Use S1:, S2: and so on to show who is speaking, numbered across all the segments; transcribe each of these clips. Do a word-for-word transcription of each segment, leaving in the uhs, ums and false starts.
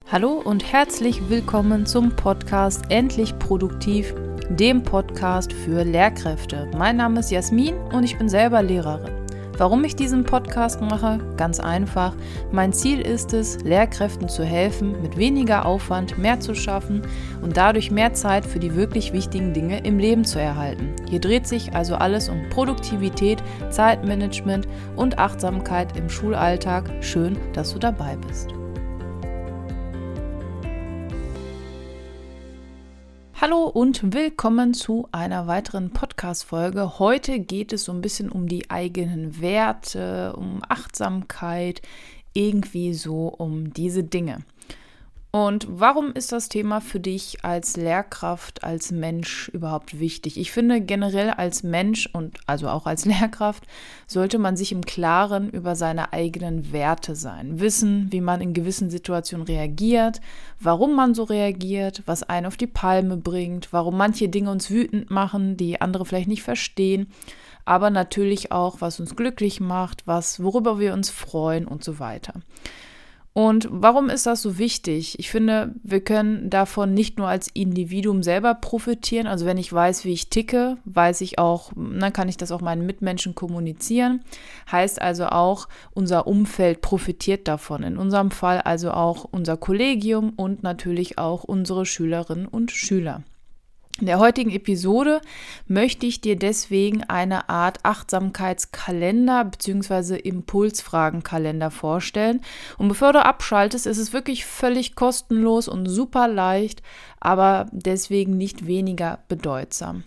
S1: Hallo und herzlich willkommen zum Podcast Endlich Produktiv, dem Podcast für Lehrkräfte. Mein Name ist Jasmin und ich bin selber Lehrerin. Warum ich diesen Podcast mache? Ganz einfach. Mein Ziel ist es, Lehrkräften zu helfen, mit weniger Aufwand mehr zu schaffen und dadurch mehr Zeit für die wirklich wichtigen Dinge im Leben zu erhalten. Hier dreht sich also alles um Produktivität, Zeitmanagement und Achtsamkeit im Schulalltag. Schön, dass du dabei bist. Hallo und willkommen zu einer weiteren Podcast-Folge. Heute geht es so ein bisschen um die eigenen Werte, um Achtsamkeit, irgendwie so um diese Dinge. Und warum ist das Thema für dich als Lehrkraft, als Mensch überhaupt wichtig? Ich finde generell als Mensch und also auch als Lehrkraft sollte man sich im Klaren über seine eigenen Werte sein. Wissen, wie man in gewissen Situationen reagiert, warum man so reagiert, was einen auf die Palme bringt, warum manche Dinge uns wütend machen, die andere vielleicht nicht verstehen, aber natürlich auch, was uns glücklich macht, was, worüber wir uns freuen und so weiter. Und warum ist das so wichtig? Ich finde, wir können davon nicht nur als Individuum selber profitieren. Also wenn ich weiß, wie ich ticke, weiß ich auch, dann kann ich das auch meinen Mitmenschen kommunizieren. Heißt also auch, unser Umfeld profitiert davon. In unserem Fall also auch unser Kollegium und natürlich auch unsere Schülerinnen und Schüler. In der heutigen Episode möchte ich dir deswegen eine Art Achtsamkeitskalender bzw. Impulsfragenkalender vorstellen. Und bevor du abschaltest, ist es wirklich völlig kostenlos und super leicht, aber deswegen nicht weniger bedeutsam.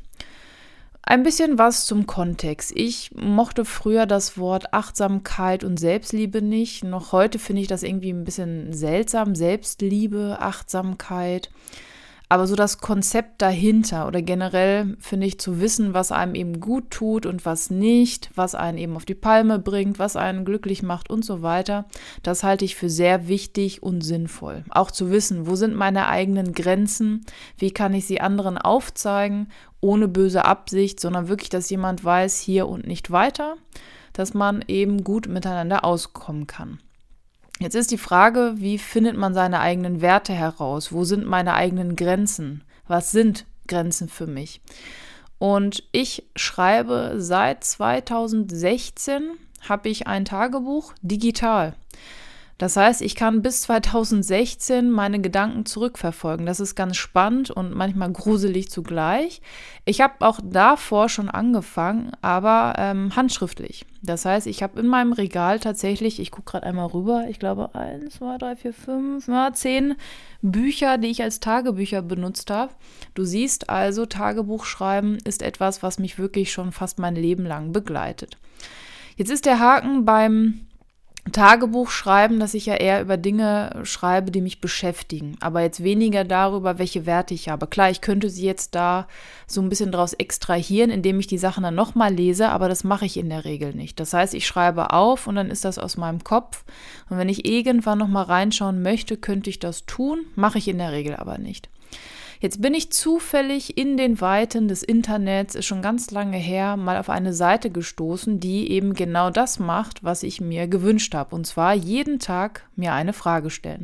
S1: Ein bisschen was zum Kontext. Ich mochte früher das Wort Achtsamkeit und Selbstliebe nicht. Noch heute finde ich das irgendwie ein bisschen seltsam. Selbstliebe, Achtsamkeit. Aber so das Konzept dahinter oder generell finde ich zu wissen, was einem eben gut tut und was nicht, was einen eben auf die Palme bringt, was einen glücklich macht und so weiter, das halte ich für sehr wichtig und sinnvoll. Auch zu wissen, wo sind meine eigenen Grenzen, wie kann ich sie anderen aufzeigen, ohne böse Absicht, sondern wirklich, dass jemand weiß, hier und nicht weiter, dass man eben gut miteinander auskommen kann. Jetzt ist die Frage, wie findet man seine eigenen Werte heraus? Wo sind meine eigenen Grenzen? Was sind Grenzen für mich? Und ich schreibe seit zweitausendsechzehn, habe ich ein Tagebuch digital. Das heißt, ich kann bis zweitausendsechzehn meine Gedanken zurückverfolgen. Das ist ganz spannend und manchmal gruselig zugleich. Ich habe auch davor schon angefangen, aber ähm, handschriftlich. Das heißt, ich habe in meinem Regal tatsächlich, ich gucke gerade einmal rüber, ich glaube eins, zwei, drei, vier, fünf, ja, zehn Bücher, die ich als Tagebücher benutzt habe. Du siehst also, Tagebuchschreiben ist etwas, was mich wirklich schon fast mein Leben lang begleitet. Jetzt ist der Haken beim Tagebuch schreiben, dass ich ja eher über Dinge schreibe, die mich beschäftigen, aber jetzt weniger darüber, welche Werte ich habe. Klar, ich könnte sie jetzt da so ein bisschen draus extrahieren, indem ich die Sachen dann nochmal lese, aber das mache ich in der Regel nicht. Das heißt, ich schreibe auf und dann ist das aus meinem Kopf und wenn ich irgendwann nochmal reinschauen möchte, könnte ich das tun, mache ich in der Regel aber nicht. Jetzt bin ich zufällig in den Weiten des Internets, ist schon ganz lange her, mal auf eine Seite gestoßen, die eben genau das macht, was ich mir gewünscht habe. Und zwar jeden Tag mir eine Frage stellen.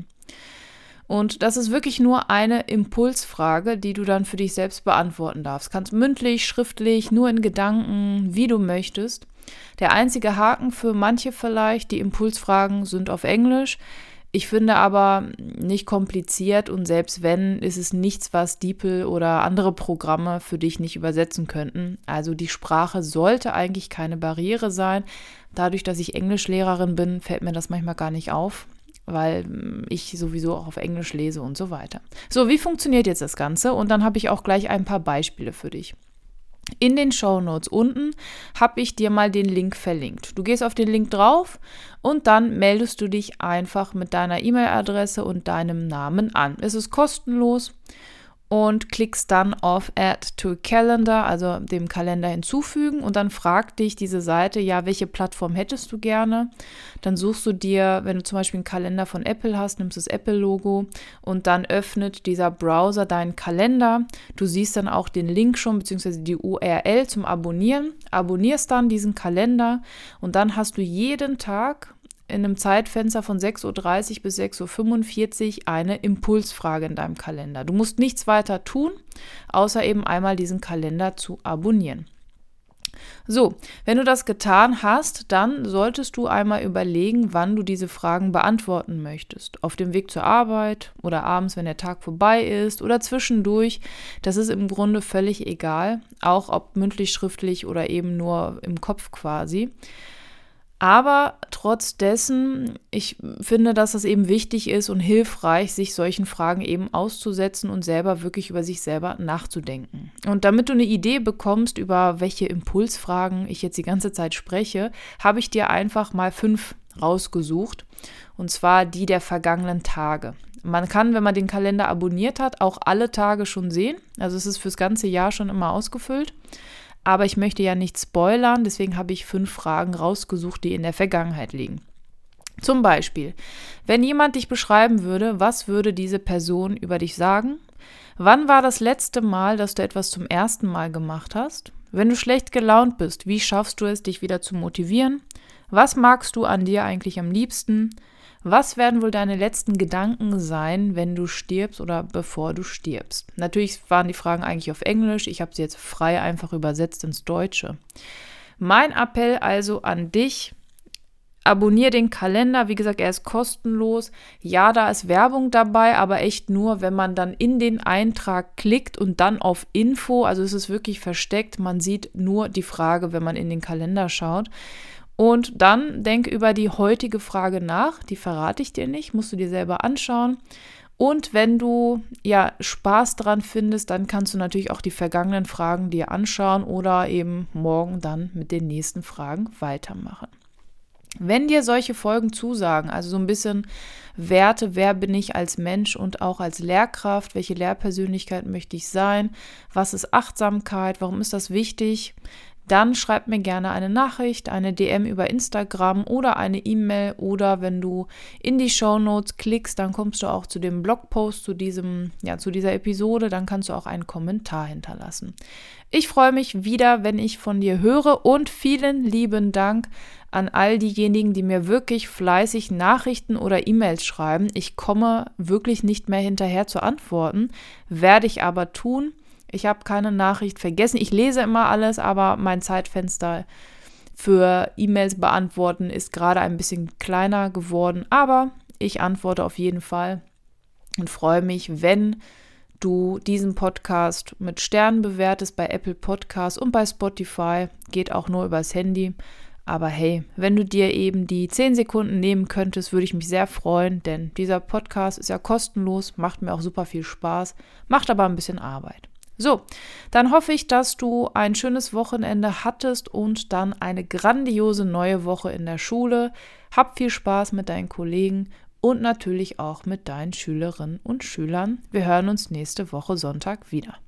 S1: Und das ist wirklich nur eine Impulsfrage, die du dann für dich selbst beantworten darfst. Kannst mündlich, schriftlich, nur in Gedanken, wie du möchtest. Der einzige Haken für manche vielleicht, die Impulsfragen sind auf Englisch. Ich finde aber nicht kompliziert und selbst wenn, ist es nichts, was DeepL oder andere Programme für dich nicht übersetzen könnten. Also die Sprache sollte eigentlich keine Barriere sein. Dadurch, dass ich Englischlehrerin bin, fällt mir das manchmal gar nicht auf, weil ich sowieso auch auf Englisch lese und so weiter. So, wie funktioniert jetzt das Ganze? Und dann habe ich auch gleich ein paar Beispiele für dich. In den Shownotes unten habe ich dir mal den Link verlinkt. Du gehst auf den Link drauf und dann meldest du dich einfach mit deiner E-Mail-Adresse und deinem Namen an. Es ist kostenlos und klickst dann auf Add to Calendar, also dem Kalender hinzufügen und dann fragt dich diese Seite, ja, welche Plattform hättest du gerne? Dann suchst du dir, wenn du zum Beispiel einen Kalender von Apple hast, nimmst das Apple-Logo und dann öffnet dieser Browser deinen Kalender. Du siehst dann auch den Link schon, beziehungsweise die U R L zum Abonnieren, abonnierst dann diesen Kalender und dann hast du jeden Tag in einem Zeitfenster von sechs Uhr dreißig bis sechs Uhr fünfundvierzig eine Impulsfrage in deinem Kalender. Du musst nichts weiter tun, außer eben einmal diesen Kalender zu abonnieren. So, wenn du das getan hast, dann solltest du einmal überlegen, wann du diese Fragen beantworten möchtest. Auf dem Weg zur Arbeit oder abends, wenn der Tag vorbei ist oder zwischendurch. Das ist im Grunde völlig egal, auch ob mündlich, schriftlich oder eben nur im Kopf quasi. Aber trotz dessen, ich finde, dass es eben wichtig ist und hilfreich, sich solchen Fragen eben auszusetzen und selber wirklich über sich selber nachzudenken. Und damit du eine Idee bekommst, über welche Impulsfragen ich jetzt die ganze Zeit spreche, habe ich dir einfach mal fünf rausgesucht. Und zwar die der vergangenen Tage. Man kann, wenn man den Kalender abonniert hat, auch alle Tage schon sehen. Also es ist fürs ganze Jahr schon immer ausgefüllt. Aber ich möchte ja nicht spoilern, deswegen habe ich fünf Fragen rausgesucht, die in der Vergangenheit liegen. Zum Beispiel, wenn jemand dich beschreiben würde, was würde diese Person über dich sagen? Wann war das letzte Mal, dass du etwas zum ersten Mal gemacht hast? Wenn du schlecht gelaunt bist, wie schaffst du es, dich wieder zu motivieren? Was magst du an dir eigentlich am liebsten? Was werden wohl deine letzten Gedanken sein, wenn du stirbst oder bevor du stirbst? Natürlich waren die Fragen eigentlich auf Englisch. Ich habe sie jetzt frei einfach übersetzt ins Deutsche. Mein Appell also an dich: Abonniere den Kalender. Wie gesagt, er ist kostenlos. Ja, da ist Werbung dabei, aber echt nur, wenn man dann in den Eintrag klickt und dann auf Info. Also es ist wirklich versteckt. Man sieht nur die Frage, wenn man in den Kalender schaut. Und dann denk über die heutige Frage nach, die verrate ich dir nicht, musst du dir selber anschauen. Und wenn du ja Spaß dran findest, dann kannst du natürlich auch die vergangenen Fragen dir anschauen oder eben morgen dann mit den nächsten Fragen weitermachen. Wenn dir solche Folgen zusagen, also so ein bisschen Werte, wer bin ich als Mensch und auch als Lehrkraft, welche Lehrpersönlichkeit möchte ich sein, was ist Achtsamkeit, warum ist das wichtig, dann schreib mir gerne eine Nachricht, eine D M über Instagram oder eine E-Mail, oder wenn du in die Shownotes klickst, dann kommst du auch zu dem Blogpost, zu diesem, ja, zu dieser Episode, dann kannst du auch einen Kommentar hinterlassen. Ich freue mich wieder, wenn ich von dir höre, und vielen lieben Dank an all diejenigen, die mir wirklich fleißig Nachrichten oder E-Mails schreiben. Ich komme wirklich nicht mehr hinterher zu antworten, werde ich aber tun. Ich habe keine Nachricht vergessen. Ich lese immer alles, aber mein Zeitfenster für E-Mails beantworten ist gerade ein bisschen kleiner geworden. Aber ich antworte auf jeden Fall und freue mich, wenn du diesen Podcast mit Sternen bewertest bei Apple Podcasts und bei Spotify. Geht auch nur übers Handy. Aber hey, wenn du dir eben die zehn Sekunden nehmen könntest, würde ich mich sehr freuen, denn dieser Podcast ist ja kostenlos, macht mir auch super viel Spaß, macht aber ein bisschen Arbeit. So, dann hoffe ich, dass du ein schönes Wochenende hattest und dann eine grandiose neue Woche in der Schule. Hab viel Spaß mit deinen Kollegen und natürlich auch mit deinen Schülerinnen und Schülern. Wir hören uns nächste Woche Sonntag wieder.